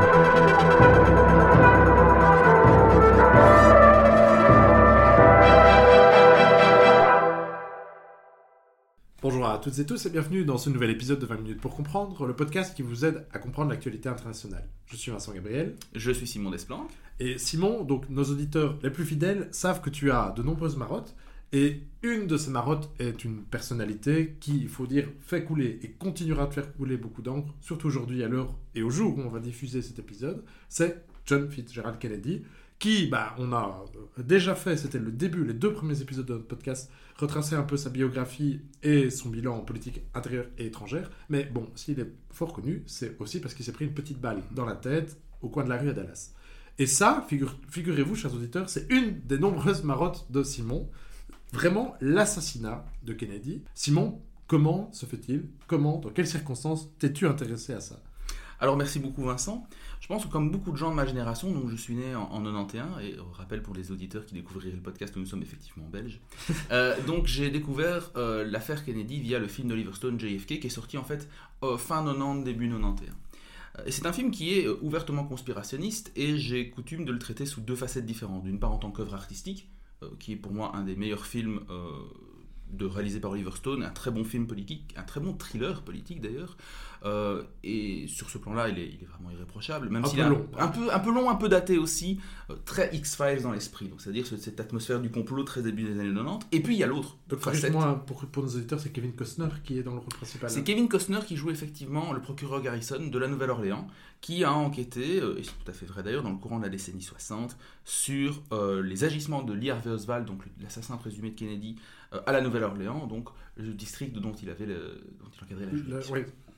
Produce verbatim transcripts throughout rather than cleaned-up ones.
Bonjour à toutes et tous et bienvenue dans ce nouvel épisode de vingt minutes pour comprendre, le podcast qui vous aide à comprendre l'actualité internationale. Je suis Vincent Gabriel. Je suis Simon Desplanques. Et Simon, donc nos auditeurs les plus fidèles savent que tu as de nombreuses marottes. Et une de ces marottes est une personnalité qui, il faut dire, fait couler et continuera de faire couler beaucoup d'encre, surtout aujourd'hui à l'heure et au jour où on va diffuser cet épisode. C'est John Fitzgerald Kennedy, qui, bah, on a déjà fait, c'était le début, les deux premiers épisodes de notre podcast, retracer un peu sa biographie et son bilan en politique intérieure et étrangère. Mais bon, s'il est fort connu, c'est aussi parce qu'il s'est pris une petite balle dans la tête au coin de la rue à Dallas. Et ça, figure, figurez-vous, chers auditeurs, c'est une des nombreuses marottes de Simon. Vraiment, l'assassinat de Kennedy. Simon, comment se fait-il ? Comment, dans quelles circonstances t'es-tu intéressé à ça ? Alors, merci beaucoup Vincent. Je pense que comme beaucoup de gens de ma génération, donc je suis né en, en quatre-vingt-onze, et on rappelle pour les auditeurs qui découvriraient le podcast que nous sommes effectivement belges. euh, donc j'ai découvert euh, l'affaire Kennedy via le film d'Oliver Stone, J F K, qui est sorti en fait euh, fin quatre-vingt-dix, début quatre-vingt-onze. Et c'est un film qui est euh, ouvertement conspirationniste, et j'ai coutume de le traiter sous deux facettes différentes. D'une part en tant qu'œuvre artistique, euh, qui est pour moi un des meilleurs films euh, de réalisé par Oliver Stone, un très bon film politique, un très bon thriller politique d'ailleurs, euh, et sur ce plan-là, il est, il est vraiment irréprochable, même un s'il peu est long, un, un, peu, un peu long, un peu daté aussi, euh, très X-Files dans l'esprit, donc c'est-à-dire cette atmosphère du complot très début des années quatre-vingt-dix, et puis il y a l'autre donc, facette. Moi, pour, pour nos auditeurs, c'est Kevin Costner qui est dans le rôle principal. C'est Kevin Costner qui joue effectivement le procureur Garrison de la Nouvelle-Orléans, qui a enquêté, euh, et c'est tout à fait vrai d'ailleurs, dans le courant de la décennie soixante, sur euh, les agissements de Lee Harvey Oswald, donc l'assassin présumé de Kennedy, euh, à la Nouvelle-Orléans, donc le district dont il avait le, dont il encadrait la juridiction. Oui.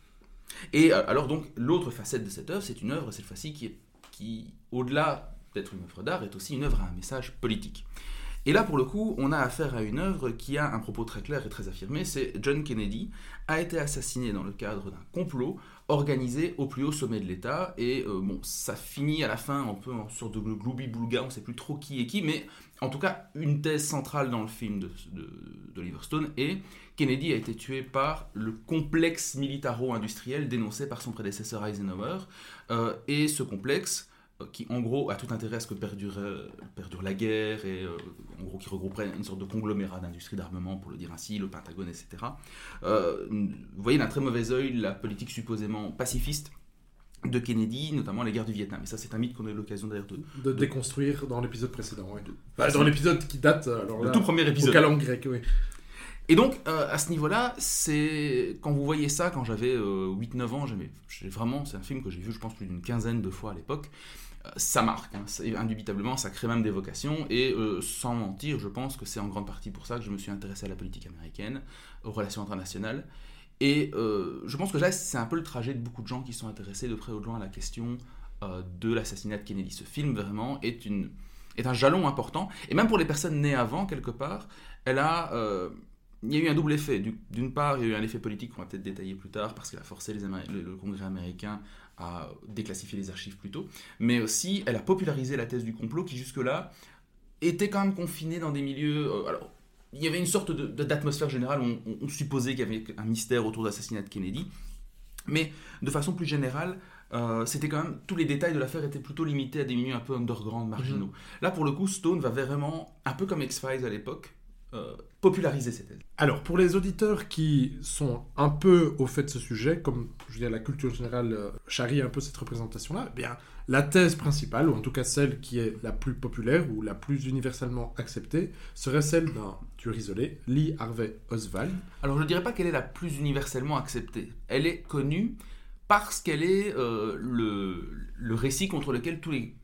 Et euh, alors donc l'autre facette de cette œuvre, c'est une œuvre cette fois-ci qui, est, qui au-delà d'être une œuvre d'art, est aussi une œuvre à un message politique. Et là, pour le coup, on a affaire à une œuvre qui a un propos très clair et très affirmé, c'est John Kennedy a été assassiné dans le cadre d'un complot organisé au plus haut sommet de l'État, et euh, bon, ça finit à la fin un peu en sorte de gloubi-boulga, on ne sait plus trop qui est qui, mais en tout cas, une thèse centrale dans le film de, de, d'Oliver Stone est Kennedy a été tué par le complexe militaro-industriel dénoncé par son prédécesseur Eisenhower, euh, et ce complexe, qui en gros a tout intérêt à ce que perdure, perdure la guerre, et euh, en gros qui regrouperait une sorte de conglomérat d'industrie d'armement, pour le dire ainsi, le Pentagone, et cetera. Euh, vous voyez d'un très mauvais œil la politique supposément pacifiste de Kennedy, notamment à l'égard du Vietnam. Et ça, c'est un mythe qu'on a eu l'occasion d'ailleurs de, de, de déconstruire dans l'épisode précédent. Ouais. De, bah, dans l'épisode qui date, alors le là, tout premier épisode. Au calendrier grec, oui. Et donc, euh, à ce niveau-là, c'est quand vous voyez ça, quand j'avais euh, huit neuf ans, j'aimais, j'ai vraiment, c'est un film que j'ai vu, je pense, plus d'une quinzaine de fois à l'époque. Euh, ça marque, hein, indubitablement, ça crée même des vocations. Et euh, sans mentir, je pense que c'est en grande partie pour ça que je me suis intéressé à la politique américaine, aux relations internationales. Et euh, je pense que là, c'est un peu le trajet de beaucoup de gens qui sont intéressés de près ou de loin à la question euh, de l'assassinat de Kennedy. Ce film, vraiment, est, une, est un jalon important. Et même pour les personnes nées avant, quelque part, elle a... Euh, il y a eu un double effet. D'une part, il y a eu un effet politique qu'on va peut-être détailler plus tard, parce qu'il a forcé les Améri- le, le Congrès américain à déclassifier les archives plus tôt. Mais aussi, elle a popularisé la thèse du complot qui, jusque-là, était quand même confinée dans des milieux... Euh, alors, il y avait une sorte de, de, d'atmosphère générale où on, on, on supposait qu'il y avait un mystère autour de l'assassinat de Kennedy. Mais de façon plus générale, euh, c'était quand même... tous les détails de l'affaire étaient plutôt limités à des milieux un peu underground, marginaux. Mmh. Là, pour le coup, Stone va vraiment, un peu comme X-Files à l'époque, Euh, populariser cette thèse. Alors, pour les auditeurs qui sont un peu au fait de ce sujet, comme je veux dire, la culture générale euh, charrie un peu cette représentation-là, eh bien, la thèse principale, ou en tout cas celle qui est la plus populaire ou la plus universellement acceptée, serait celle d'un tueur isolé, Lee Harvey Oswald. Alors, je ne dirais pas qu'elle est la plus universellement acceptée. Elle est connue parce qu'elle est euh, le, le récit contre lequel tous les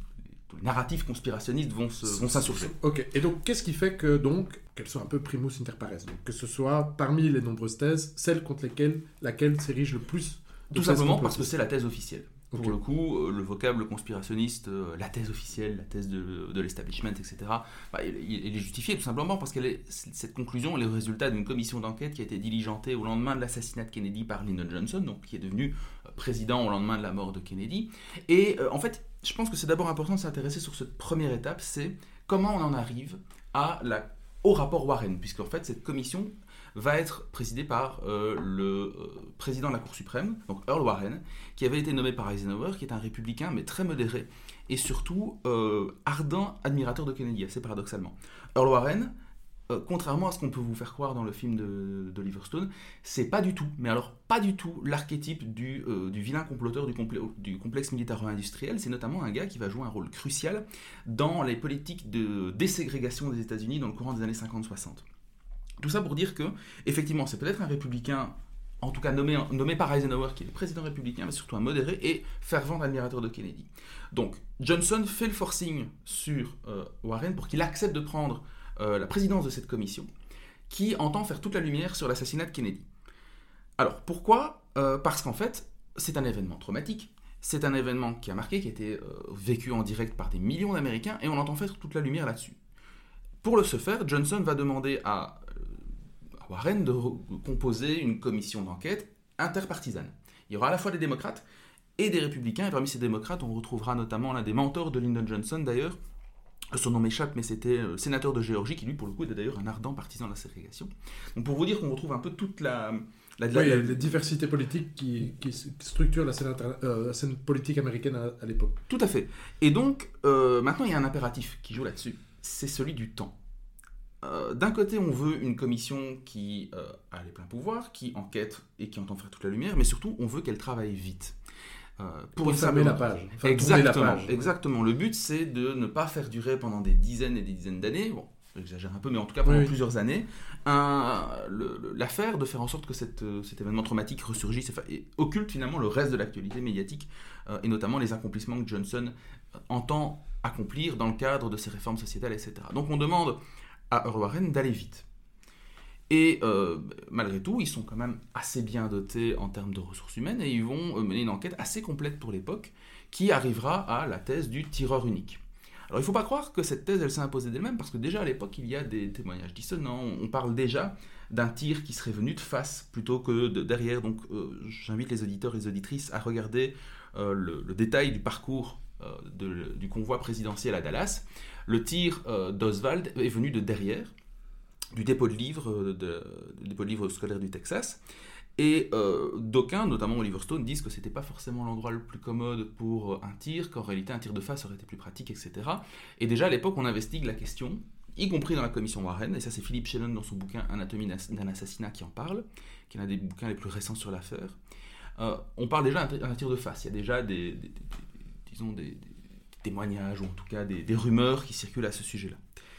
les narratifs conspirationnistes vont, se, vont s'insurger. Ok, et donc qu'est-ce qui fait que donc qu'elle soit un peu primus inter pares, donc que ce soit parmi les nombreuses thèses, celle contre lesquelles laquelle s'érige le plus de Tout simplement parce que c'est la thèse officielle. Pour okay. le coup, euh, le vocable conspirationniste, euh, la thèse officielle, la thèse de, de l'establishment, et cetera, bah, il, il est justifié tout simplement parce que cette conclusion est le résultat d'une commission d'enquête qui a été diligentée au lendemain de l'assassinat de Kennedy par Lyndon Johnson, donc qui est devenu euh, président au lendemain de la mort de Kennedy. Et euh, en fait, je pense que c'est d'abord important de s'intéresser sur cette première étape, c'est comment on en arrive à la, au rapport Warren, puisqu'en fait, cette commission va être présidée par euh, le euh, président de la Cour suprême, donc Earl Warren, qui avait été nommé par Eisenhower, qui est un républicain mais très modéré, et surtout euh, ardent admirateur de Kennedy, assez paradoxalement. Earl Warren, euh, contrairement à ce qu'on peut vous faire croire dans le film de, d'Oliver Stone, c'est pas du tout, mais alors pas du tout l'archétype du, euh, du vilain comploteur du, complé- du complexe militaro-industriel. C'est notamment un gars qui va jouer un rôle crucial dans les politiques de déségrégation des États-Unis dans le courant des années cinquante soixante. Tout ça pour dire que, effectivement, c'est peut-être un républicain, en tout cas nommé, nommé par Eisenhower, qui est le président républicain, mais surtout un modéré et fervent admirateur de Kennedy. Donc, Johnson fait le forcing sur euh, Warren pour qu'il accepte de prendre euh, la présidence de cette commission, qui entend faire toute la lumière sur l'assassinat de Kennedy. Alors, pourquoi ? euh, Parce qu'en fait, c'est un événement traumatique, c'est un événement qui a marqué, qui a été euh, vécu en direct par des millions d'Américains, et on entend faire toute la lumière là-dessus. Pour le ce faire, Johnson va demander à Warren de composer une commission d'enquête interpartisane. Il y aura à la fois des démocrates et des républicains, et parmi ces démocrates, on retrouvera notamment l'un des mentors de Lyndon Johnson d'ailleurs, son nom m'échappe, mais c'était le sénateur de Géorgie, qui lui, pour le coup, est d'ailleurs un ardent partisan de la ségrégation. Donc pour vous dire qu'on retrouve un peu toute la... la, la, oui, la... les diversités politiques qui, qui structurent la scène, euh, la scène politique américaine à, à l'époque. Tout à fait. Et donc, euh, maintenant, il y a un impératif qui joue là-dessus, c'est celui du temps. Euh, d'un côté, on veut une commission qui euh, a les pleins pouvoirs, qui enquête et qui entend faire toute la lumière, mais surtout, on veut qu'elle travaille vite. Euh, pour pour fermer la page. Enfin, exactement, la page. Exactement. Le but, c'est de ne pas faire durer pendant des dizaines et des dizaines d'années, bon, j'exagère un peu, mais en tout cas pendant oui, plusieurs oui. années, un, le, le, l'affaire de faire en sorte que cette, cet événement traumatique ressurgisse et occulte finalement le reste de l'actualité médiatique, euh, et notamment les accomplissements que Johnson entend accomplir dans le cadre de ses réformes sociétales, et cetera. Donc on demande à Earl Warren d'aller vite. Et euh, malgré tout, ils sont quand même assez bien dotés en termes de ressources humaines et ils vont mener une enquête assez complète pour l'époque qui arrivera à la thèse du tireur unique. Alors il ne faut pas croire que cette thèse elle s'est imposée d'elle-même parce que déjà à l'époque il y a des témoignages dissonants. On parle déjà d'un tir qui serait venu de face plutôt que de derrière. Donc euh, j'invite les auditeurs et les auditrices à regarder euh, le, le détail du parcours euh, de, du convoi présidentiel à Dallas. Le tir euh, d'Oswald est venu de derrière, du dépôt de livres, de, du dépôt de livres scolaires du Texas. Et euh, d'aucuns, notamment Oliver Stone, disent que c'était pas forcément l'endroit le plus commode pour un tir, qu'en réalité un tir de face aurait été plus pratique, et cetera. Et déjà à l'époque, on investigue la question, y compris dans la commission Warren, et ça c'est Philip Shannon dans son bouquin Anatomie d'un assassinat qui en parle, qui est l'un des bouquins les plus récents sur l'affaire. Euh, on parle déjà d'un tir de face, il y a déjà des, des, des, des disons des, des témoignages, ou en tout cas des, des rumeurs qui circulent à ce sujet-là.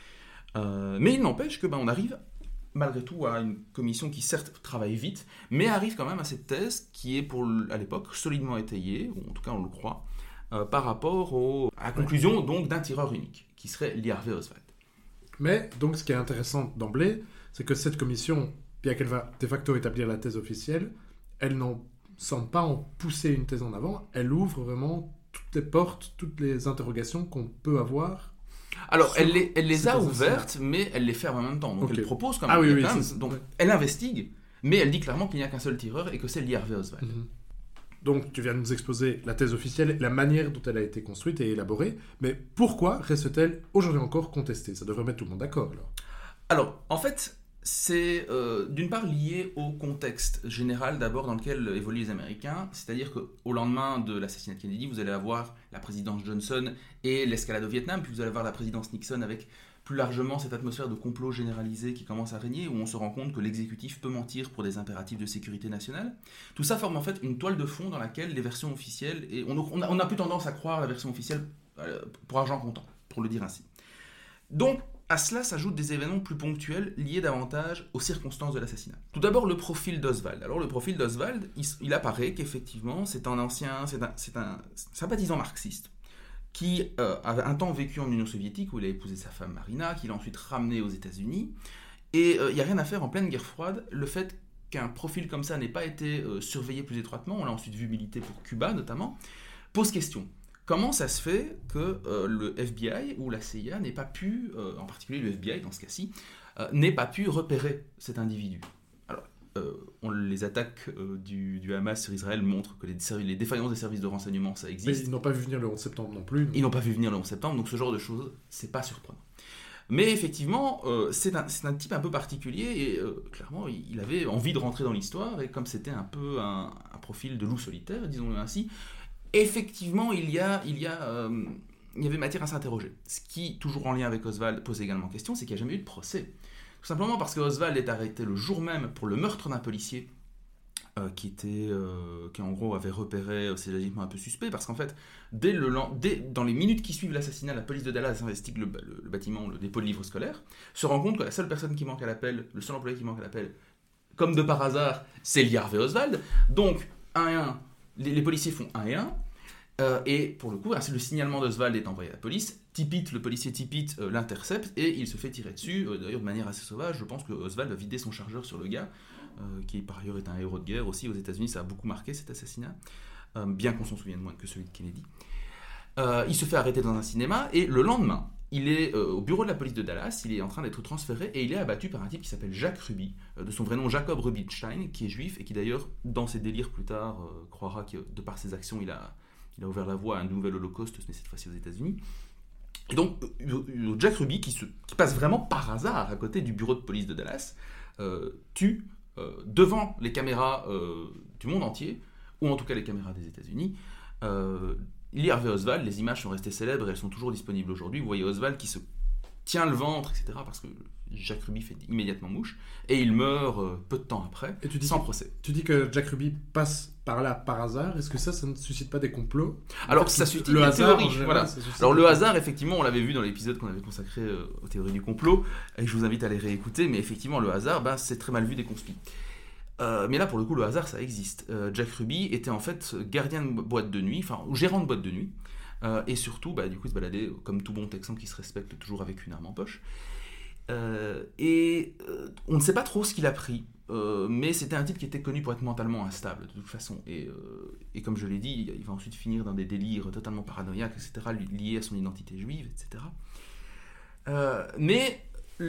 Euh, mais il n'empêche que ben, on arrive malgré tout à une commission qui certes travaille vite, mais arrive quand même à cette thèse qui est pour à l'époque solidement étayée, ou en tout cas on le croit, euh, par rapport au, à la conclusion donc d'un tireur unique, qui serait Lee Harvey Oswald. Mais donc ce qui est intéressant d'emblée, c'est que cette commission, bien qu'elle va de facto établir la thèse officielle, elle n'en semble pas en pousser une thèse en avant, elle ouvre vraiment toutes les portes, toutes les interrogations qu'on peut avoir. Alors, elle les, elle les a ouvertes, mais elle les ferme en même temps. Donc, okay. Elle propose quand même. Ah, oui, oui, quand même. C'est, donc, ouais. Elle investigue, mais elle dit clairement qu'il n'y a qu'un seul tireur et que c'est Lee Harvey Oswald. Mm-hmm. Donc, tu viens de nous exposer la thèse officielle, la manière dont elle a été construite et élaborée. Mais pourquoi reste-t-elle aujourd'hui encore contestée ? Ça devrait mettre tout le monde d'accord, alors. Alors, en fait, c'est euh, d'une part lié au contexte général d'abord dans lequel évoluent les Américains, c'est-à-dire qu'au lendemain de l'assassinat de Kennedy, vous allez avoir la présidence Johnson et l'escalade au Vietnam, puis vous allez avoir la présidence Nixon avec plus largement cette atmosphère de complot généralisé qui commence à régner, où on se rend compte que l'exécutif peut mentir pour des impératifs de sécurité nationale. Tout ça forme en fait une toile de fond dans laquelle les versions officielles, et on, on, a, on a plus tendance à croire la version officielle euh, pour argent comptant, pour le dire ainsi. Donc, à cela s'ajoutent des événements plus ponctuels liés davantage aux circonstances de l'assassinat. Tout d'abord, le profil d'Oswald. Alors, le profil d'Oswald, il, il apparaît qu'effectivement, c'est un ancien, c'est un, c'est un sympathisant marxiste qui euh, avait un temps vécu en Union soviétique où il a épousé sa femme Marina, qu'il a ensuite ramenée aux États-Unis. Et il euh, n'y a rien à faire en pleine guerre froide. Le fait qu'un profil comme ça n'ait pas été euh, surveillé plus étroitement, on l'a ensuite vu militer pour Cuba notamment, pose question. Comment ça se fait que euh, le F B I ou la C I A n'ait pas pu, euh, en particulier le F B I dans ce cas-ci, euh, n'ait pas pu repérer cet individu ? Alors, euh, on, les attaques euh, du, du Hamas sur Israël montrent que les, les défaillances des services de renseignement, ça existe. Mais ils n'ont pas vu venir le onze septembre non plus. Ils n'ont pas vu venir le onze septembre, donc ce genre de choses, c'est pas surprenant. Mais effectivement, euh, c'est, un, c'est un type un peu particulier et euh, clairement, il avait envie de rentrer dans l'histoire et comme c'était un peu un, un profil de loup solitaire, disons-le ainsi, effectivement, il y a, il y a, euh, il y avait matière à s'interroger. Ce qui, toujours en lien avec Oswald, pose également question, c'est qu'il n'y a jamais eu de procès. Tout simplement parce que Oswald est arrêté le jour même pour le meurtre d'un policier euh, qui était, euh, qui en gros avait repéré euh, ces agissements un peu suspects, parce qu'en fait, dès le, dès, dans les minutes qui suivent l'assassinat, la police de Dallas investigue le, le, le bâtiment, le dépôt de livres scolaires, se rend compte que la seule personne qui manque à l'appel, le seul employé qui manque à l'appel, comme de par hasard, c'est Lee Harvey Oswald. Donc, un et un, les, les policiers font un et un, euh, et pour le coup, le signalement d'Oswald est envoyé à la police. Tippit, le policier Tippit, euh, l'intercepte et il se fait tirer dessus, euh, d'ailleurs de manière assez sauvage. Je pense que Oswald va vider son chargeur sur le gars, euh, qui par ailleurs est un héros de guerre aussi aux États-Unis. Ça a beaucoup marqué cet assassinat, euh, bien qu'on s'en souvienne moins que celui de Kennedy. Euh, il se fait arrêter dans un cinéma et le lendemain, il est euh, au bureau de la police de Dallas, il est en train d'être transféré et il est abattu par un type qui s'appelle Jack Ruby, euh, de son vrai nom Jacob Rubinstein, qui est juif et qui d'ailleurs, dans ses délires plus tard, euh, croira que de par ses actions, il a, il a ouvert la voie à un nouvel holocauste, mais cette fois-ci aux États-Unis. Et donc, euh, Jack Ruby, qui, se, qui passe vraiment par hasard à côté du bureau de police de Dallas, euh, tue euh, devant les caméras euh, du monde entier, ou en tout cas les caméras des États-Unis, euh, Lee Harvey Oswald. Les images sont restées célèbres et elles sont toujours disponibles aujourd'hui. Vous voyez Oswald qui se tient le ventre, et cetera, parce que Jack Ruby fait immédiatement mouche, et il meurt euh, peu de temps après, et tu dis sans que, procès. Tu dis que Jack Ruby passe par là par hasard. Est-ce que ça, ça ne suscite pas des complots? Alors, en fait, ça suscite le des hasard, théories. général, Voilà. ça suscite Alors, des le hasard, effectivement, on l'avait vu dans l'épisode qu'on avait consacré euh, aux théories du complot, et je vous invite à les réécouter, mais effectivement, le hasard, bah, c'est très mal vu des conspires. Euh, mais là, pour le coup, le hasard, ça existe. Euh, Jack Ruby était en fait gardien de boîte de nuit, enfin, ou gérant de boîte de nuit, euh, et surtout, bah, du coup, il se baladait comme tout bon Texan qui se respecte toujours avec une arme en poche. Euh, et euh, on ne sait pas trop ce qu'il a pris, euh, mais c'était un type qui était connu pour être mentalement instable, de toute façon. Et, euh, et comme je l'ai dit, il va ensuite finir dans des délires totalement paranoïaques, et cetera, liés à son identité juive, et cetera. Euh, mais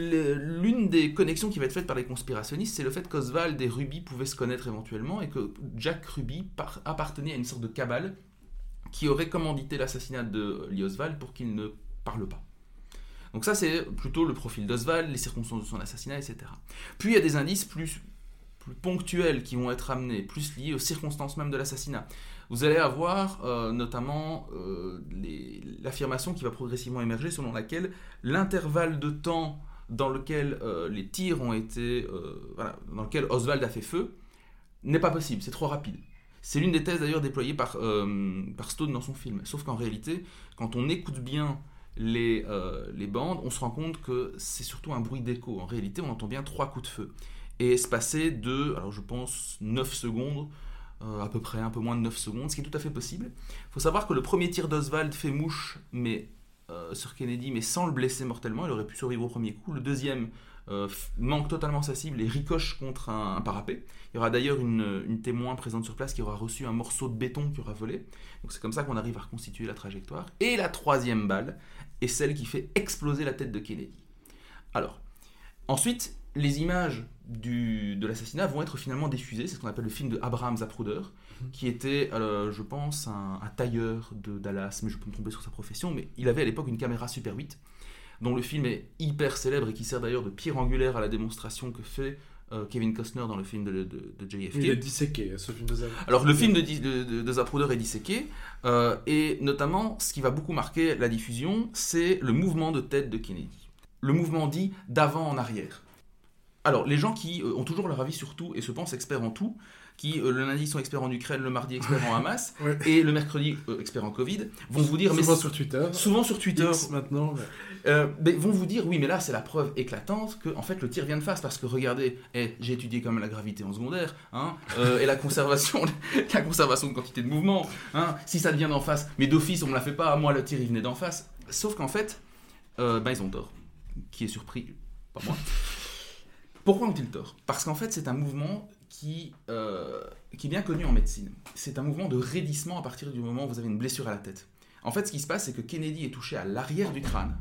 l'une des connexions qui va être faite par les conspirationnistes, c'est le fait qu'Oswald et Ruby pouvaient se connaître éventuellement et que Jack Ruby par- appartenait à une sorte de cabale qui aurait commandité l'assassinat de Lee Oswald pour qu'il ne parle pas. Donc ça, c'est plutôt le profil d'Oswald, les circonstances de son assassinat, et cetera. Puis il y a des indices plus, plus ponctuels qui vont être amenés, plus liés aux circonstances même de l'assassinat. Vous allez avoir euh, notamment euh, les, l'affirmation qui va progressivement émerger selon laquelle l'intervalle de temps dans lequel euh, les tirs ont été, euh, voilà, dans lequel Oswald a fait feu, n'est pas possible, c'est trop rapide. C'est l'une des thèses d'ailleurs déployées par, euh, par Stone dans son film. Sauf qu'en réalité, quand on écoute bien les, euh, les bandes, on se rend compte que c'est surtout un bruit d'écho. En réalité, on entend bien trois coups de feu. Et espacés de, alors je pense, neuf secondes, euh, à peu près, un peu moins de neuf secondes, ce qui est tout à fait possible. Il faut savoir que le premier tir d'Oswald fait mouche, mais euh, sur Kennedy, mais sans le blesser mortellement. Il aurait pu survivre au premier coup. Le deuxième euh, manque totalement sa cible et ricoche contre un, un parapet. Il y aura d'ailleurs une, une témoin présente sur place qui aura reçu un morceau de béton qui aura volé. Donc c'est comme ça qu'on arrive à reconstituer la trajectoire. Et la troisième balle est celle qui fait exploser la tête de Kennedy. Alors, ensuite, les images du, de l'assassinat vont être finalement diffusées. C'est ce qu'on appelle le film de Abraham Zapruder, qui était, euh, je pense, un, un tailleur de Dallas, mais je peux me tromper sur sa profession, mais il avait à l'époque une caméra Super huit, dont le film est hyper célèbre et qui sert d'ailleurs de pierre angulaire à la démonstration que fait euh, Kevin Costner dans le film de, de, de J F K. Il est disséqué, ce film de Zapruder. Alors, le film de, de, de, de Zapruder est disséqué, euh, et notamment, ce qui va beaucoup marquer la diffusion, c'est le mouvement de tête de Kennedy. Le mouvement dit d'avant en arrière. Alors, les gens qui euh, ont toujours leur avis sur tout et se pensent experts en tout, qui euh, le lundi sont experts en Ukraine, le mardi experts en Hamas, Ouais. et le mercredi euh, experts en Covid, vont vous dire... Souvent mais sur Twitter. Souvent sur Twitter. X maintenant. Ouais. Euh, mais vont vous dire, oui, mais là, c'est la preuve éclatante que, en fait, le tir vient de face, parce que, regardez, eh, j'ai étudié quand même la gravité en secondaire, hein, euh, et la conservation, la conservation de quantité de mouvement, hein, si ça vient d'en face, mais d'office, on me la fait pas, moi, le tir, il venait d'en face. Sauf qu'en fait, euh, ben, ils ont tort. Qui est surpris? Pas moi. Pourquoi ont-ils tort? Parce qu'en fait, c'est un mouvement qui, euh, qui est bien connu en médecine. C'est un mouvement de raidissement à partir du moment où vous avez une blessure à la tête. En fait, ce qui se passe, c'est que Kennedy est touché à l'arrière du crâne,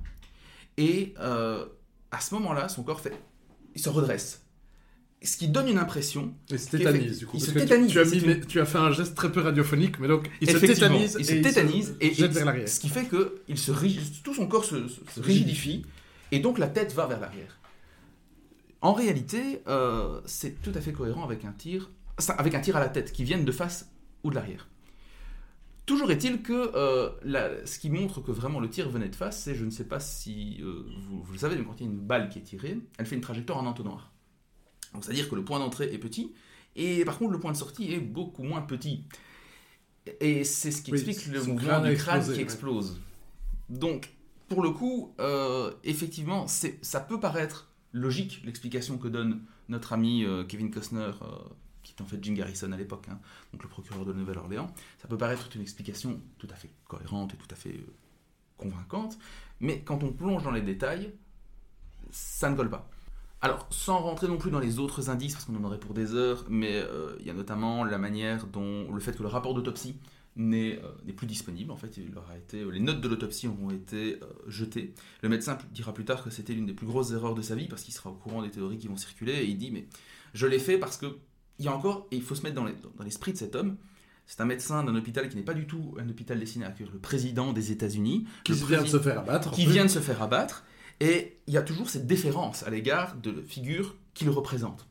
et euh, à ce moment-là, son corps fait... il se redresse. Ce qui donne une impression... Il se tétanise, du coup. Il se parce que tétanise. Tu, tu, as mis, C'est mais, une- tu as fait un geste très peu radiophonique, mais donc il se Effectivement, tétanise il se et tétanise il et, se jette et vers l'arrière. ce qui fait que il se rig- tout son corps se, se- se rigidifie Et donc la tête va vers l'arrière. En réalité, euh, c'est tout à fait cohérent avec un tir, avec un tir à la tête, qui vienne de face ou de l'arrière. Toujours est-il que euh, la, ce qui montre que vraiment le tir venait de face, c'est, je ne sais pas si euh, vous, vous le savez, mais quand il y a une balle qui est tirée, elle fait une trajectoire en entonnoir. Donc c'est-à-dire que le point d'entrée est petit, et par contre le point de sortie est beaucoup moins petit. Et c'est ce qui Oui, explique le son mouvement crâne a du crâne explosé, qui ouais. explose. Donc, pour le coup, euh, effectivement, c'est, ça peut paraître logique, l'explication que donne notre ami euh, Kevin Costner, euh, qui est en fait Jim Garrison à l'époque, hein, donc le procureur de la Nouvelle-Orléans. Ça peut paraître une explication tout à fait cohérente et tout à fait euh, convaincante, mais quand on plonge dans les détails, ça ne colle pas. Alors, sans rentrer non plus dans les autres indices, parce qu'on en aurait pour des heures, mais euh, il y a notamment la manière dont, le fait que le rapport d'autopsie n'est, euh, n'est plus disponible. En fait, il aura été, les notes de l'autopsie auront été euh, jetées. Le médecin dira plus tard que c'était l'une des plus grosses erreurs de sa vie, parce qu'il sera au courant des théories qui vont circuler, et il dit, mais je l'ai fait parce que, il y a encore, et il faut se mettre dans, les, dans l'esprit de cet homme, c'est un médecin d'un hôpital qui n'est pas du tout un hôpital destiné à accueillir le président des États-Unis, Qui le vient de prési- se faire abattre. qui vient de se faire abattre, et il y a toujours cette déférence à l'égard de la figure qu'il représente.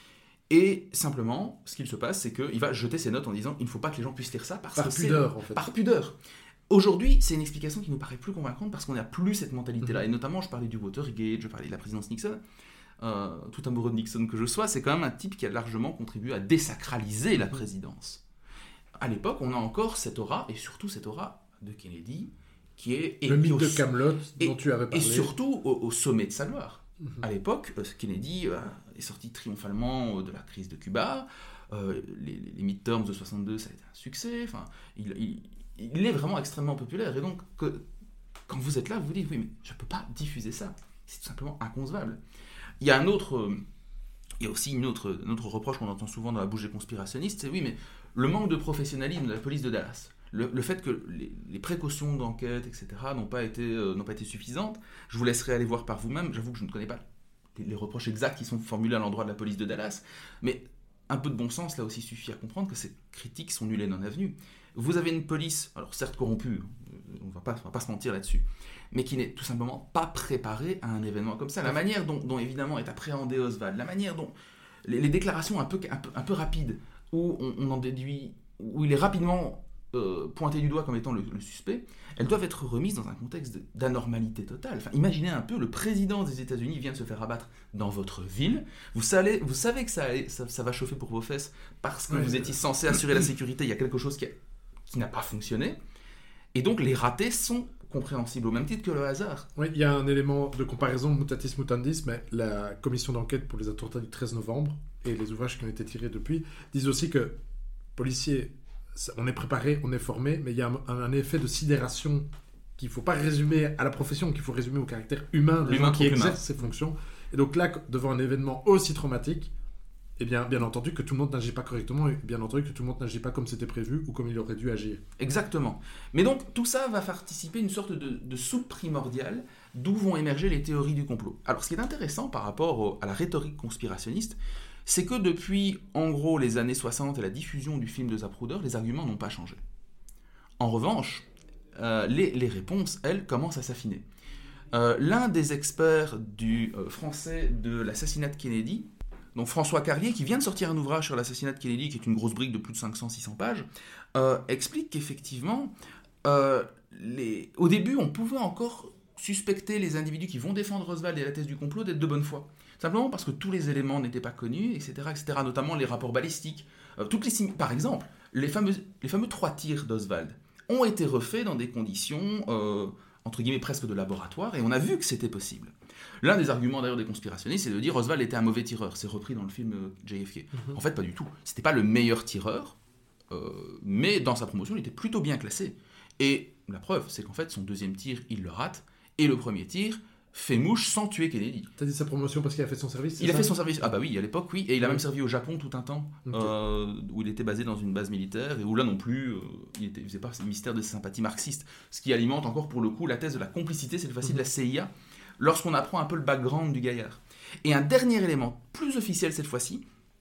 Et simplement, ce qu'il se passe, c'est qu'il va jeter ses notes en disant il ne faut pas que les gens puissent lire ça parce Par que pudeur, c'est... en fait. Par pudeur. Aujourd'hui, c'est une explication qui nous paraît plus convaincante parce qu'on n'a plus cette mentalité-là. Mhm. Et notamment, je parlais du Watergate, je parlais de la présidence Nixon. Euh, tout amoureux de Nixon que je sois, c'est quand même un type qui a largement contribué à désacraliser la présidence. À l'époque, on a encore cette aura, et surtout cette aura de Kennedy, qui est... Le et mythe au- de Camelot et- dont tu avais Et parlé. surtout au, au sommet de sa gloire. Mhm. À l'époque, euh, Kennedy euh, est sorti triomphalement euh, de la crise de Cuba. Euh, les, les, les midterms de soixante-deux, ça a été un succès. Enfin, il, il, il est vraiment extrêmement populaire. Et donc, que, quand vous êtes là, vous vous dites, oui, mais je ne peux pas diffuser ça. C'est tout simplement inconcevable. Il y a un autre... Euh, il y a aussi une autre, un autre reproche qu'on entend souvent dans la bouche des conspirationnistes, c'est oui, mais le manque de professionnalisme de la police de Dallas. Le, le fait que les, les précautions d'enquête, et cetera, n'ont pas été, euh, n'ont pas été suffisantes, je vous laisserai aller voir par vous-même. J'avoue que je ne connais pas les, les reproches exacts qui sont formulés à l'endroit de la police de Dallas, mais un peu de bon sens, là aussi, suffit à comprendre que ces critiques sont nulles et non avenues. Vous avez une police, alors certes corrompue, on ne va pas, on va pas se mentir là-dessus, mais qui n'est tout simplement pas préparée à un événement comme ça. La manière dont, dont évidemment, est appréhendé Oswald, la manière dont les, les déclarations un peu, un peu, un peu rapides, où on, on en déduit, où il est rapidement... Euh, pointé du doigt comme étant le, le suspect, elles doivent être remises dans un contexte de, d'anormalité totale. Enfin, imaginez un peu, le président des États-Unis vient de se faire abattre dans votre ville, vous savez, vous savez que ça, allait, ça, ça va chauffer pour vos fesses parce que Ouais, vous c'est- étiez censé assurer la sécurité, il y a quelque chose qui, a- qui n'a pas fonctionné, et donc les ratés sont compréhensibles au même titre que le hasard. Oui, il y a un élément de comparaison, mutatis mutandis, mais la commission d'enquête pour les attentats du treize novembre et les ouvrages qui ont été tirés depuis disent aussi que policiers, on est préparé, on est formé, mais il y a un, un effet de sidération qu'il ne faut pas résumer à la profession, qu'il faut résumer au caractère humain des L'humain gens qui contre exercent ces fonctions. Et donc là, devant un événement aussi traumatique, eh bien, bien entendu que tout le monde n'agit pas correctement, et bien entendu que tout le monde n'agit pas comme c'était prévu ou comme il aurait dû agir. Exactement. Mais donc, tout ça va participer à une sorte de, de soupe primordiale d'où vont émerger les théories du complot. Alors, ce qui est intéressant par rapport au- à la rhétorique conspirationniste, c'est que depuis, en gros, les années soixante et la diffusion du film de Zapruder, les arguments n'ont pas changé. En revanche, euh, les, les réponses, elles, commencent à s'affiner. Euh, l'un des experts du euh, français de l'assassinat de Kennedy, donc François Carlier, qui vient de sortir un ouvrage sur l'assassinat de Kennedy, qui est une grosse brique de plus de cinq cents à six cents pages, euh, explique qu'effectivement, euh, les... au début, on pouvait encore suspecter les individus qui vont défendre Oswald et la thèse du complot d'être de bonne foi. Simplement parce que tous les éléments n'étaient pas connus, et cetera, et cetera, notamment les rapports balistiques. Euh, toutes les sim- Par exemple, les fameux, les fameux trois tirs d'Oswald ont été refaits dans des conditions, euh, entre guillemets, presque de laboratoire, et on a vu que c'était possible. L'un des arguments d'ailleurs des conspirationnistes, c'est de dire Oswald était un mauvais tireur. C'est repris dans le film euh, J F K. Mhm. En fait, pas du tout. C'était pas le meilleur tireur, euh, mais dans sa promotion, il était plutôt bien classé. Et la preuve, c'est qu'en fait, son deuxième tir, il le rate, et le premier tir fait mouche sans tuer Kennedy. T'as dit sa promotion parce qu'il a fait son service, c'est Il a ça fait son service, ah bah oui, à l'époque, oui, et il a Ouais. même servi au Japon tout un temps, Ok. euh, où il était basé dans une base militaire, et où là non plus, euh, il ne faisait pas le mystère de ses sympathies marxistes, ce qui alimente encore pour le coup la thèse de la complicité, cette fois-ci de la C I A, lorsqu'on apprend un peu le background du gaillard. Et un dernier élément, plus officiel cette fois-ci,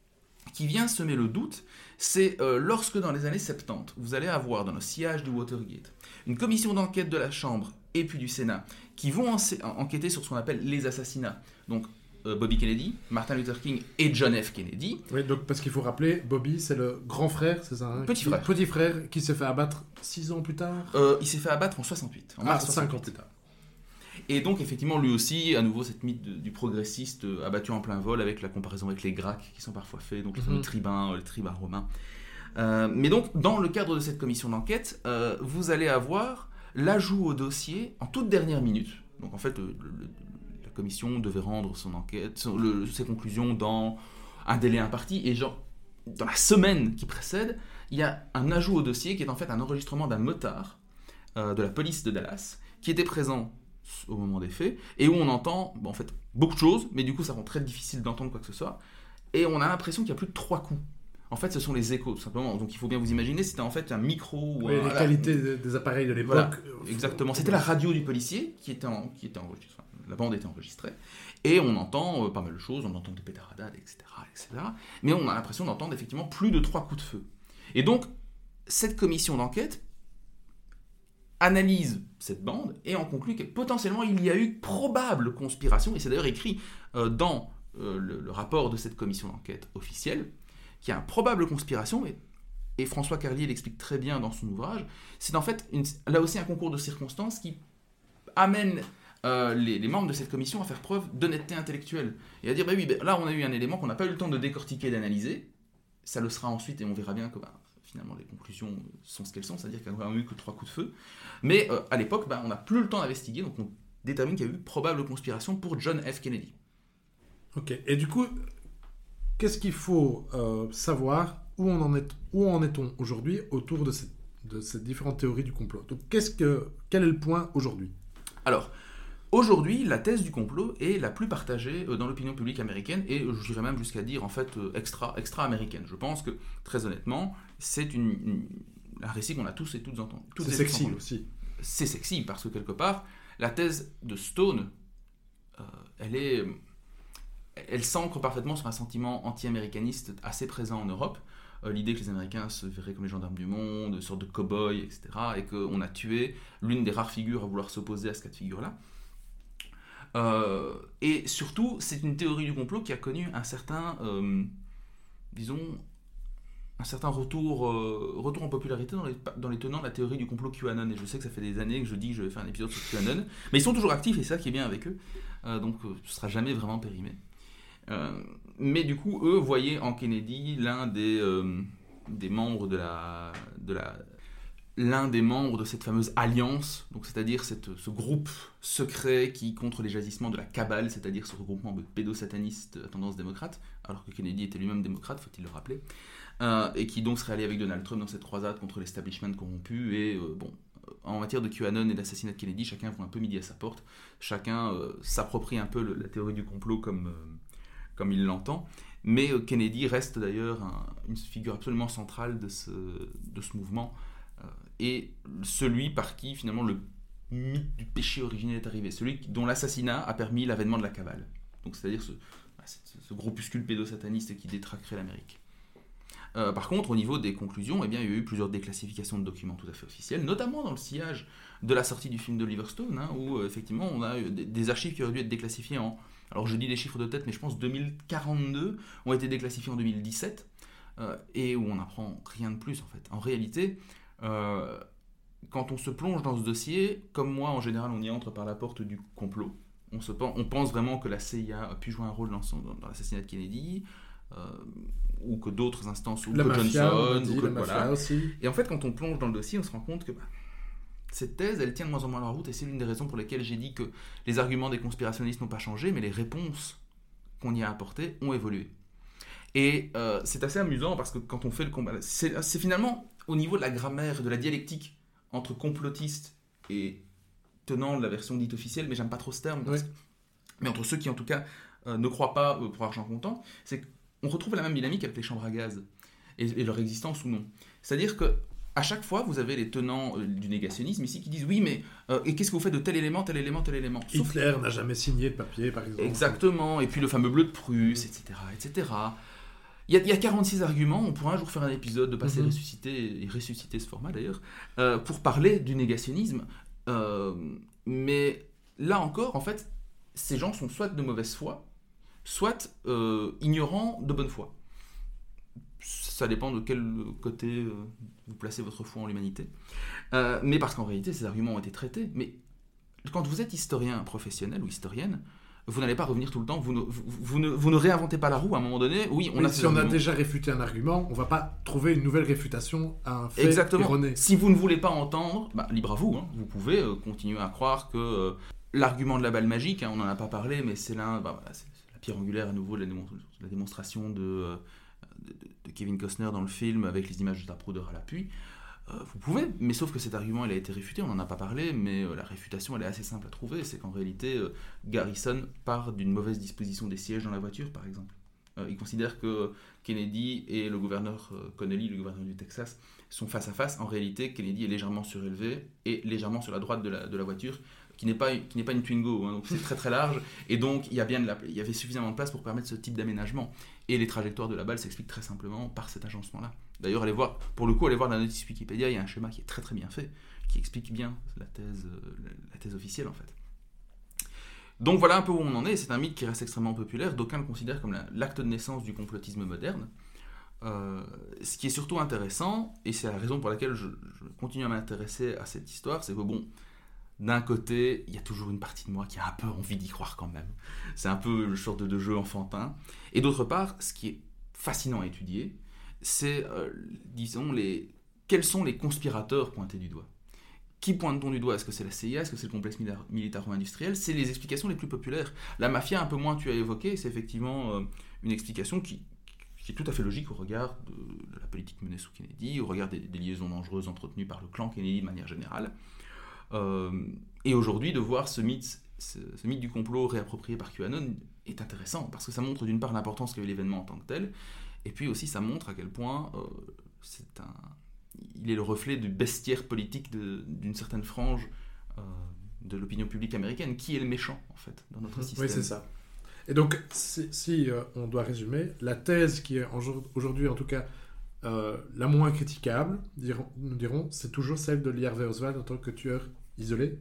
qui vient semer le doute, c'est euh, lorsque dans les années soixante-dix, vous allez avoir dans le sillage du Watergate une commission d'enquête de la Chambre et puis du Sénat qui vont en- enquêter sur ce qu'on appelle les assassinats. Donc euh, Bobby Kennedy, Martin Luther King et John F. Kennedy. Oui, donc parce qu'il faut rappeler, Bobby, c'est le grand frère, c'est ça hein, Petit qui- frère. Petit frère qui s'est fait abattre six ans plus tard. Euh, il s'est fait abattre en soixante-huit, en Ah, mars cinq soixante-huit. ans plus tard. Et donc, effectivement, lui aussi, à nouveau, cette mythe de- du progressiste euh, abattu en plein vol avec la comparaison avec les Gracques qui sont parfois faits, donc les Mhm. fameux tribuns, euh, les tribuns romains. Euh, mais donc, dans le cadre de cette commission d'enquête, euh, vous allez avoir l'ajout au dossier en toute dernière minute. Donc, en fait, euh, le- le- la commission devait rendre son enquête, son- le- ses conclusions dans un délai imparti. Et genre, dans la semaine qui précède, il y a un ajout au dossier qui est en fait un enregistrement d'un motard euh, de la police de Dallas qui était présent au moment des faits, et où on entend bon, en fait, beaucoup de choses, mais du coup ça rend très difficile d'entendre quoi que ce soit, et on a l'impression qu'il y a plus de trois coups. En fait, ce sont les échos, tout simplement. Donc il faut bien vous imaginer, c'était en fait un micro... Ou Oui, un, les qualités des, des appareils de l'époque. Voilà, euh, exactement. C'était la radio du policier qui était, en, qui était enregistrée. Enfin, la bande était enregistrée. Et on entend euh, pas mal de choses, on entend des pétaradades, et cetera, et cetera. Mais on a l'impression d'entendre effectivement plus de trois coups de feu. Et donc, cette commission d'enquête analyse cette bande et en conclut que potentiellement il y a eu probable conspiration, et c'est d'ailleurs écrit euh, dans euh, le, le rapport de cette commission d'enquête officielle, qu'il y a une probable conspiration, et, et François Carlier l'explique très bien dans son ouvrage. C'est en fait une, là aussi un concours de circonstances qui amène euh, les, les membres de cette commission à faire preuve d'honnêteté intellectuelle et à dire bah oui, bah, là on a eu un élément qu'on n'a pas eu le temps de décortiquer et d'analyser, ça le sera ensuite et on verra bien que bah, finalement les conclusions sont ce qu'elles sont, c'est-à-dire qu'il n'y a eu que trois coups de feu, mais euh, à l'époque bah, on n'a plus le temps d'investiguer, donc on détermine qu'il y a eu probable conspiration pour John F. Kennedy. Ok, et du coup, qu'est-ce qu'il faut euh, savoir, où, on en est, où en est-on aujourd'hui autour de, cette, de ces différentes théories du complot? Donc qu'est-ce que, quel est le point aujourd'hui? Alors, aujourd'hui, la thèse du complot est la plus partagée euh, dans l'opinion publique américaine, et euh, je dirais même jusqu'à dire en fait euh, extra, extra-américaine. Je pense que, très honnêtement, c'est une, une- un récit qu'on a tous et toutes entendu. toutes C'est et tous sexy entendu. aussi. C'est sexy parce que quelque part, la thèse de Stone, euh, elle est, elle s'ancre parfaitement sur un sentiment anti-américaniste assez présent en Europe. Euh, l'idée que les Américains se verraient comme les gendarmes du monde, une sorte de cow-boy, et cetera, et qu'on a tué l'une des rares figures à vouloir s'opposer à ce cas de figure-là. Euh, et surtout, c'est une théorie du complot qui a connu un certain, euh, disons, un certain retour, euh, retour en popularité dans les, dans les tenants de la théorie du complot QAnon. Et je sais que ça fait des années que je dis que je vais faire un épisode sur QAnon, mais ils sont toujours actifs et c'est ça qui est bien avec eux. Euh, donc, euh, ce sera jamais vraiment périmé. Euh, mais du coup, eux voyaient en Kennedy l'un des, euh, des membres de la, de la, l'un des membres de cette fameuse alliance, donc c'est-à-dire cette, ce groupe secret qui contre les jagissements de la cabale, c'est-à-dire ce regroupement de pédosatanistes à tendance démocrate, alors que Kennedy était lui-même démocrate, faut-il le rappeler, euh, et qui donc serait allé avec Donald Trump dans cette croisade contre l'establishment corrompu. Et euh, bon, en matière de QAnon et d'assassinat de Kennedy, chacun voit un peu midi à sa porte, chacun euh, s'approprie un peu le, la théorie du complot comme, euh, comme il l'entend, mais euh, Kennedy reste d'ailleurs un, une figure absolument centrale de ce, de ce mouvement, euh, et celui par qui finalement le mythe du péché originel est arrivé, celui dont l'assassinat a permis l'avènement de la cabale, donc c'est-à-dire ce, ce, ce groupuscule pédosataniste qui détraquerait l'Amérique. Euh, par contre, au niveau des conclusions, eh bien, il y a eu plusieurs déclassifications de documents tout à fait officiels, notamment dans le sillage de la sortie du film d'Oliver Stone, hein, où euh, effectivement on a eu des, des archives qui auraient dû être déclassifiées en, alors je dis des chiffres de tête, mais je pense deux mille quarante-deux ont été déclassifiées en deux mille dix-sept, euh, et où on n'apprend rien de plus en fait. En réalité, euh, quand on se plonge dans ce dossier, comme moi en général on y entre par la porte du complot, on, se, on pense vraiment que la C I A a pu jouer un rôle dans, son, dans l'assassinat de Kennedy, euh, ou que d'autres instances, ou La que mafia, Johnson, on dit, ou que la mafia voilà. aussi. Et en fait, quand on plonge dans le dossier, on se rend compte que bah, cette thèse, elle tient de moins en moins la route, et c'est l'une des raisons pour lesquelles j'ai dit que les arguments des conspirationnistes n'ont pas changé, mais les réponses qu'on y a apportées ont évolué. Et euh, c'est assez amusant parce que quand on fait le combat, c'est, c'est finalement au niveau de la grammaire, de la dialectique entre complotistes et tenants de la version dite officielle, mais j'aime pas trop ce terme, parce Oui. que- mais entre ceux qui en tout cas euh, ne croient pas euh, pour argent comptant, c'est qu'on retrouve la même dynamique avec les chambres à gaz et, et leur existence ou non. C'est-à-dire que à chaque fois, vous avez les tenants euh, du négationnisme ici qui disent oui, mais euh, et qu'est-ce que vous faites de tel élément, tel élément, tel élément. Sauf Hitler n'a jamais signé de papier, par exemple. Exactement, et puis le fameux bleu de Prusse, et cetera, et cetera. Il y, a, il y a quarante-six arguments, on pourra un jour faire un épisode de passer Mhm. ressusciter et ressusciter ce format d'ailleurs, euh, pour parler du négationnisme. Euh, mais là encore, en fait, ces gens sont soit de mauvaise foi, soit euh, ignorants de bonne foi. Ça dépend de quel côté euh, vous placez votre foi en l'humanité. Euh, mais parce qu'en réalité, ces arguments ont été traités. Mais quand vous êtes historien professionnel ou historienne, vous n'allez pas revenir tout le temps, vous ne, vous, vous ne, vous ne réinventez pas la roue à un moment donné. Oui, on Mais a si ces on a arguments. déjà réfuté un argument, on va pas trouver une nouvelle réfutation à un fait Exactement. erroné. Si vous ne voulez pas entendre, bah, libre à vous. Hein. Vous pouvez euh, continuer à croire que euh, l'argument de la balle magique, hein, on n'en a pas parlé, mais c'est l'un, bah, voilà, c'est la pierre angulaire à nouveau de la, démon- de la démonstration de, euh, de, de Kevin Costner dans le film avec les images de Zapruder à l'appui. Euh, vous pouvez, mais sauf que cet argument il a été réfuté, on n'en a pas parlé, mais euh, la réfutation elle est assez simple à trouver, c'est qu'en réalité euh, Garrison part d'une mauvaise disposition des sièges dans la voiture par exemple. Euh, il considère que Kennedy et le gouverneur euh, Connolly, le gouverneur du Texas, sont face à face. En réalité, Kennedy est légèrement surélevé et légèrement sur la droite de la, de la voiture, qui n'est pas, qui n'est pas une Twingo, hein, donc c'est très très large, et donc il y, a bien de la, il y avait suffisamment de place pour permettre ce type d'aménagement. Et les trajectoires de la balle s'expliquent très simplement par cet agencement-là. D'ailleurs, allez voir, pour le coup, allez voir dans la notice Wikipédia, il y a un schéma qui est très très bien fait, qui explique bien la thèse, euh, la thèse officielle en fait. Donc voilà un peu où on en est, c'est un mythe qui reste extrêmement populaire, d'aucuns le considèrent comme la, l'acte de naissance du complotisme moderne. Euh, ce qui est surtout intéressant, et c'est la raison pour laquelle je, je continue à m'intéresser à cette histoire, c'est que bon, d'un côté, il y a toujours une partie de moi qui a un peu envie d'y croire quand même. C'est un peu le genre de, de jeu enfantin. Et d'autre part, ce qui est fascinant à étudier, c'est, euh, disons, les... quels sont les conspirateurs pointés du doigt. Qui pointe-t-on du doigt ? Est-ce que c'est la C I A ? Est-ce que c'est le complexe militaro-industriel ? C'est les explications les plus populaires. La mafia, un peu moins tu as évoqué, c'est effectivement euh, une explication qui, qui est tout à fait logique au regard de, de la politique menée sous Kennedy, au regard des, des liaisons dangereuses entretenues par le clan Kennedy de manière générale. Euh, et aujourd'hui, de voir ce mythe, ce, ce mythe du complot réapproprié par QAnon est intéressant, parce que ça montre d'une part l'importance qu'a eu l'événement en tant que tel, et puis aussi ça montre à quel point euh, c'est un... il est le reflet du bestiaire politique de, d'une certaine frange euh, de l'opinion publique américaine. Qui est le méchant, en fait, dans notre système ? Oui, c'est ça. Et donc, si, si euh, on doit résumer, la thèse qui est en, aujourd'hui, en tout cas, euh, la moins critiquable, dirons, nous dirons, c'est toujours celle de Lee Harvey Oswald en tant que tueur isolé.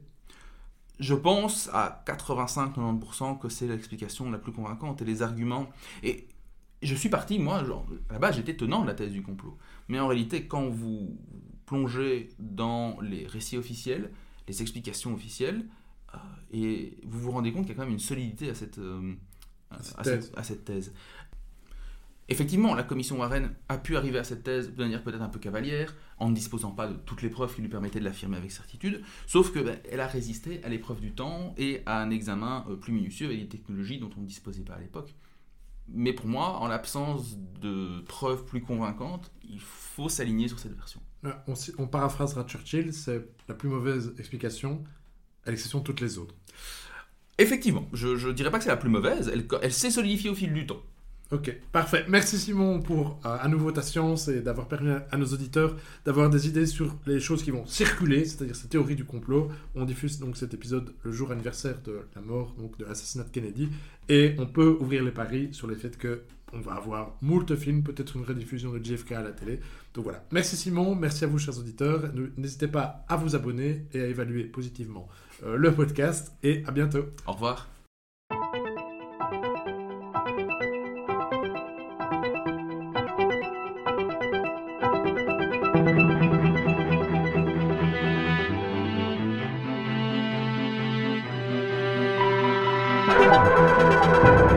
Je pense à quatre-vingt-cinq à quatre-vingt-dix pour cent que c'est l'explication la plus convaincante, et les arguments... Et je suis parti, moi, genre, à la base, j'étais tenant de la thèse du complot. Mais en réalité, quand vous plongez dans les récits officiels, les explications officielles, euh, et vous vous rendez compte qu'il y a quand même une solidité à cette, euh, à cette, à cette, à cette thèse. Effectivement, la commission Warren a pu arriver à cette thèse de manière peut-être un peu cavalière, en ne disposant pas de toutes les preuves qui lui permettaient de l'affirmer avec certitude, sauf qu'elle ben, a résisté à l'épreuve du temps et à un examen euh, plus minutieux avec des technologies dont on ne disposait pas à l'époque. Mais pour moi, en l'absence de preuves plus convaincantes, il faut s'aligner sur cette version. On, on paraphrasera Churchill, c'est la plus mauvaise explication, à l'exception de toutes les autres. Effectivement, je ne dirais pas que c'est la plus mauvaise, elle, elle s'est solidifiée au fil du temps. Ok, parfait. Merci Simon pour euh, à nouveau ta science et d'avoir permis à, à nos auditeurs d'avoir des idées sur les choses qui vont circuler, c'est-à-dire cette théorie du complot. On diffuse donc cet épisode le jour anniversaire de la mort, donc de l'assassinat de Kennedy, et on peut ouvrir les paris sur le fait que on va avoir moult films, peut-être une rediffusion de J F K à la télé. Donc voilà. Merci Simon, merci à vous chers auditeurs. N'hésitez pas à vous abonner et à évaluer positivement euh, le podcast, et à bientôt. Au revoir. Thank you.